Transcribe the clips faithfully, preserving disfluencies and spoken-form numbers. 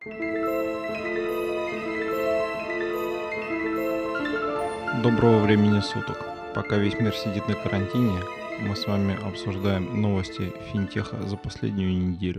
Доброго времени суток. Пока весь мир сидит на карантине, мы с вами обсуждаем новости финтеха за последнюю неделю.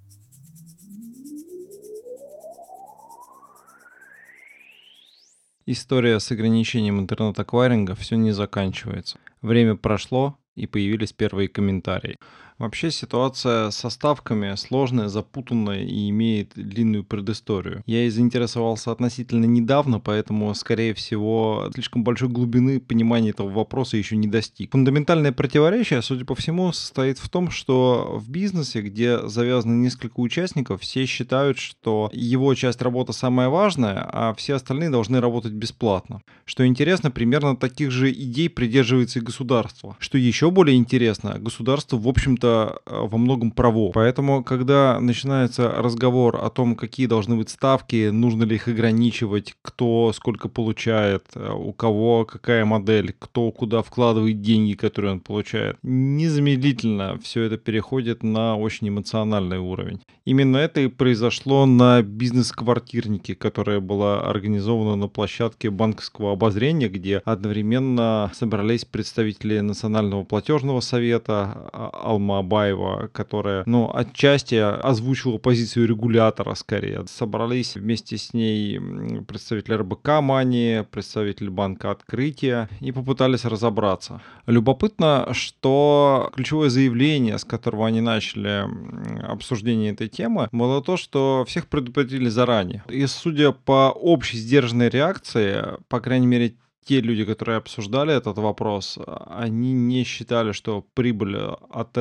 История с ограничением интернет-аквайринга все не заканчивается. Время прошло, и появились первые комментарии. Вообще ситуация со ставками сложная, запутанная и имеет длинную предысторию. Я ей заинтересовался относительно недавно, поэтому, скорее всего, слишком большой глубины понимания этого вопроса еще не достиг. Фундаментальное противоречие, судя по всему, состоит в том, что в бизнесе, где завязано несколько участников, все считают, что его часть работы самая важная, а все остальные должны работать бесплатно. Что интересно, примерно таких же идей придерживается и государство. Что еще более интересно, государство, в общем-то, во многом право. Поэтому, когда начинается разговор о том, какие должны быть ставки, нужно ли их ограничивать, кто сколько получает, у кого какая модель, кто куда вкладывает деньги, которые он получает, незамедлительно все это переходит на очень эмоциональный уровень. Именно это и произошло на бизнес-квартирнике, которая была организована на площадке банковского обозрения, где одновременно собрались представители Национального платежного совета, Алма Абаева, которая, ну, отчасти озвучила позицию регулятора, скорее. Собрались вместе с ней представители эр бэ ка Money, представители Банка Открытия и попытались разобраться. Любопытно, что ключевое заявление, с которого они начали обсуждение этой темы, было то, что всех предупредили заранее. И судя по общей сдержанной реакции, по крайней мере, те люди, которые обсуждали этот вопрос, они не считали, что прибыль от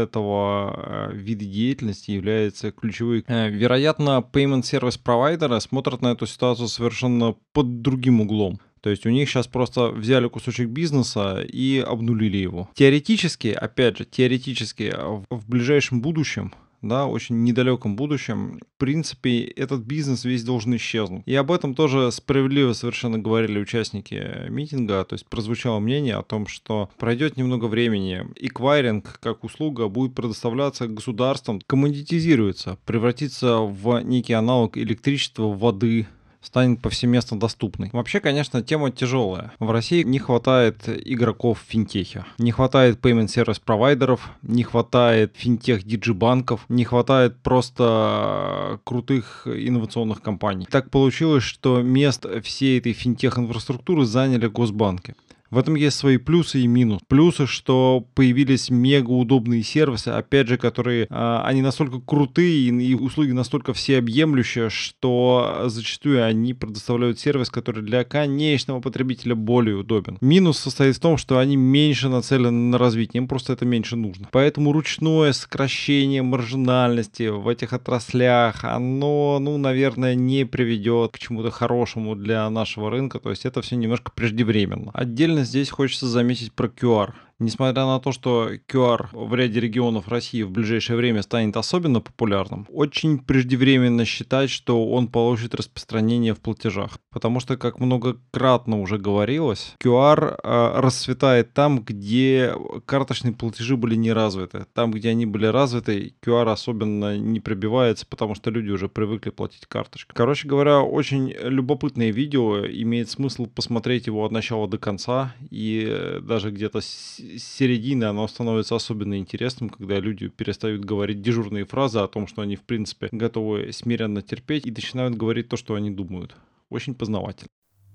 этого вида деятельности является ключевой. Вероятно, payment service провайдеры смотрят на эту ситуацию совершенно под другим углом. То есть у них сейчас просто взяли кусочек бизнеса и обнулили его. Теоретически, опять же, теоретически, в ближайшем будущем, да, очень недалеком будущем, в принципе, этот бизнес весь должен исчезнуть. И об этом тоже справедливо совершенно говорили участники митинга, то есть прозвучало мнение о том, что пройдет немного времени, эквайринг как услуга будет предоставляться государством, коммодитизируется, превратится в некий аналог электричества, воды, станет повсеместно доступной. Вообще, конечно, тема тяжелая. В России не хватает игроков в финтехе. Не хватает payment service провайдеров, не хватает финтех-диджибанков, не хватает просто крутых инновационных компаний. Так получилось, что место всей этой финтех-инфраструктуры заняли госбанки. В этом есть свои плюсы и минусы. Плюсы, что появились мега удобные сервисы, опять же, которые, а, они настолько крутые и услуги настолько всеобъемлющие, что зачастую они предоставляют сервис, который для конечного потребителя более удобен. Минус состоит в том, что они меньше нацелены на развитие, им просто это меньше нужно. Поэтому ручное сокращение маржинальности в этих отраслях, оно, ну, наверное, не приведет к чему-то хорошему для нашего рынка, то есть это все немножко преждевременно. Отдельно здесь хочется заметить про кью ар. Несмотря на то, что кью ар в ряде регионов России в ближайшее время станет особенно популярным, очень преждевременно считать, что он получит распространение в платежах. Потому что, как многократно уже говорилось, кью ар э, расцветает там, где карточные платежи были не развиты. Там, где они были развиты, кью ар особенно не пробивается, потому что люди уже привыкли платить карточкой. Короче говоря, очень любопытное видео, имеет смысл посмотреть его от начала до конца, и даже где-то с середины оно становится особенно интересным, когда люди перестают говорить дежурные фразы о том, что они, в принципе, готовы смиренно терпеть, и начинают говорить то, что они думают. Очень познавательно.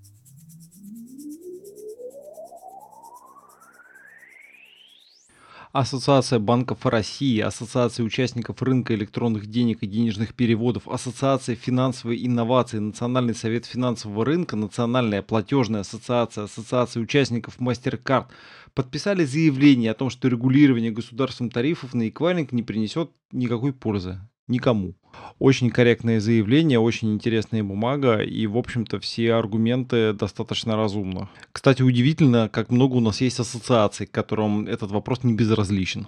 Ассоциация банков России, Ассоциация участников рынка электронных денег и денежных переводов, Ассоциация финансовой инновации, Национальный совет финансового рынка, Национальная платежная ассоциация, Ассоциация участников MasterCard подписали заявление о том, что регулирование государством тарифов на эквайринг не принесет никакой пользы никому. Очень корректное заявление, очень интересная бумага, и, в общем-то, все аргументы достаточно разумно. Кстати, удивительно, как много у нас есть ассоциаций, к которым этот вопрос не безразличен.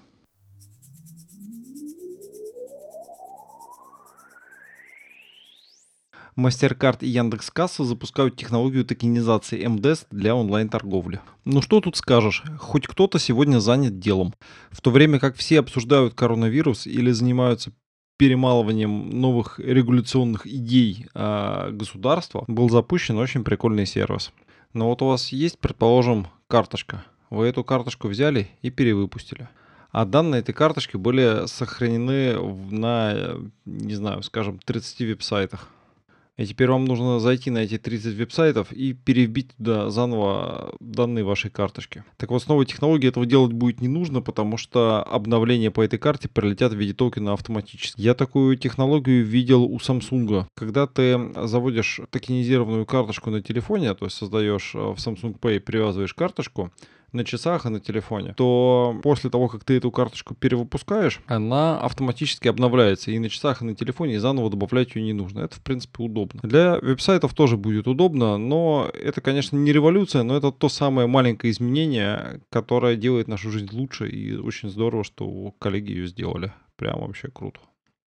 MasterCard и Яндекс.Касса запускают технологию токенизации эм дэ эс для онлайн-торговли. Ну что тут скажешь, хоть кто-то сегодня занят делом. В то время как все обсуждают коронавирус или занимаются перемалыванием новых регуляционных идей а, государства был запущен очень прикольный сервис. Но вот у вас есть, предположим, карточка. Вы эту карточку взяли и перевыпустили. А данные этой карточки были сохранены в- на, не знаю, скажем, тридцати веб-сайтах. И теперь вам нужно зайти на эти тридцать веб-сайтов и перебить туда заново данные вашей карточки. Так вот, с новой технологией этого делать будет не нужно, потому что обновления по этой карте прилетят в виде токена автоматически. Я такую технологию видел у Samsung. Когда ты заводишь токенизированную карточку на телефоне, то есть создаешь э, в Samsung Pay, привязываешь карточку на часах и на телефоне, то после того, как ты эту карточку перевыпускаешь, она автоматически обновляется и на часах, и на телефоне, и заново добавлять ее не нужно. Это, в принципе, удобно. Для веб-сайтов тоже будет удобно, но это, конечно, не революция, но это то самое маленькое изменение, которое делает нашу жизнь лучше, и очень здорово, что коллеги ее сделали. Прям вообще круто.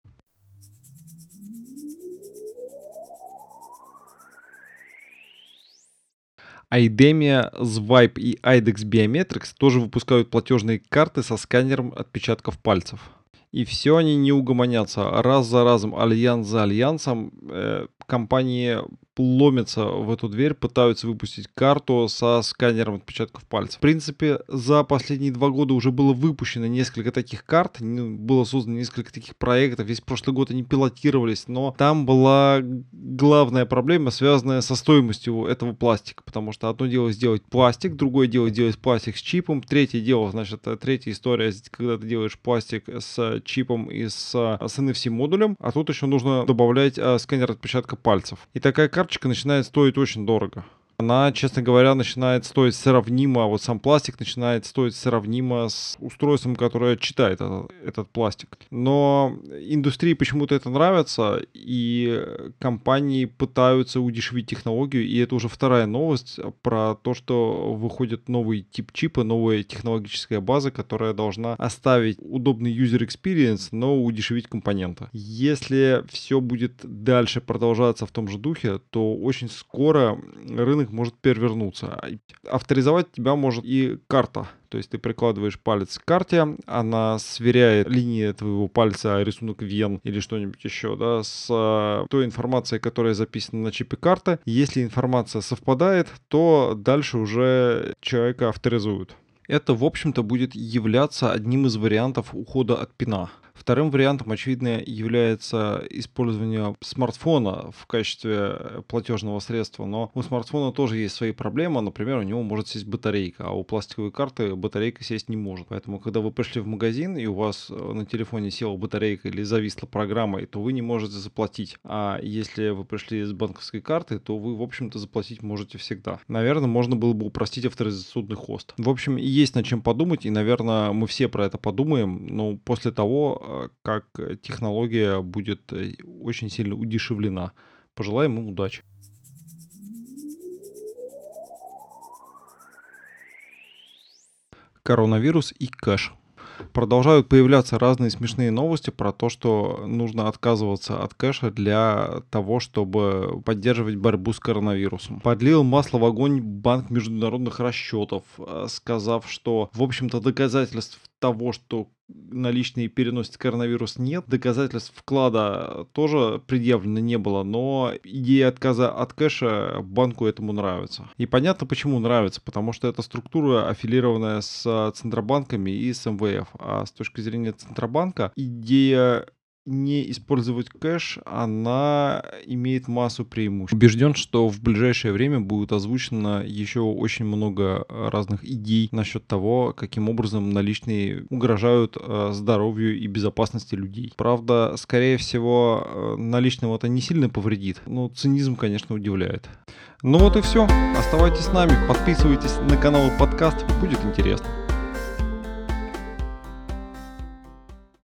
Idemia, Zwipe и Idex Biometrics тоже выпускают платежные карты со сканером отпечатков пальцев. И все они не угомонятся. Раз за разом, альянс за альянсом, э, компании ломятся в эту дверь, пытаются выпустить карту со сканером отпечатков пальцев. В принципе, за последние два года уже было выпущено несколько таких карт, ну, было создано несколько таких проектов, весь прошлый год они пилотировались, но там была главная проблема, связанная со стоимостью этого пластика, потому что одно дело сделать пластик, другое дело сделать пластик с чипом, третье дело, значит, третья история, когда ты делаешь пластик с чипом и с, с эн эф си-модулем, а тут еще нужно добавлять а, сканер отпечатка пальцев. И такая карточка начинает стоить очень дорого. Она, честно говоря, начинает стоить сравнимо, вот сам пластик начинает стоить сравнимо с устройством, которое читает этот, этот пластик. Но индустрии почему-то это нравится, и компании пытаются удешевить технологию, и это уже вторая новость про то, что выходит новый тип чипа, новая технологическая база, которая должна оставить удобный user experience, но удешевить компоненты. Если все будет дальше продолжаться в том же духе, то очень скоро рынок может перевернуться. Авторизовать тебя может и карта. То есть ты прикладываешь палец к карте, она сверяет линии твоего пальца, рисунок вен или что-нибудь еще, да, с э, той информацией, которая записана на чипе карты. Если информация совпадает, то дальше уже человека авторизуют. Это, в общем-то, будет являться одним из вариантов ухода от пина. Вторым вариантом, очевидно, является использование смартфона в качестве платежного средства, но у смартфона тоже есть свои проблемы, например, у него может сесть батарейка, а у пластиковой карты батарейка сесть не может. Поэтому, когда вы пришли в магазин и у вас на телефоне села батарейка или зависла программа, то вы не можете заплатить. А если вы пришли с банковской карты, то вы, в общем-то, заплатить можете всегда. Наверное, можно было бы упростить авторизационный хост. В общем, есть над чем подумать, и, наверное, мы все про это подумаем, но после того, как технология будет очень сильно удешевлена. Пожелаем им удачи. Коронавирус и кэш. Продолжают появляться разные смешные новости про то, что нужно отказываться от кэша для того, чтобы поддерживать борьбу с коронавирусом. Подлил масло в огонь Банк международных расчетов, сказав, что, в общем-то, доказательств того, что наличные переносят коронавирус, нет. Доказательств вклада тоже предъявлено не было, но идея отказа от кэша банку этому нравится. И понятно, почему нравится, потому что это структура, аффилированная с центробанками и с эм вэ эф. А с точки зрения Центробанка, идея не использовать кэш, она имеет массу преимуществ. Убежден, что в ближайшее время будет озвучено еще очень много разных идей насчет того, каким образом наличные угрожают э, здоровью и безопасности людей. Правда, скорее всего, э, наличным это не сильно повредит, но цинизм, конечно, удивляет. Ну вот и все. Оставайтесь с нами, подписывайтесь на канал и подкаст, будет интересно.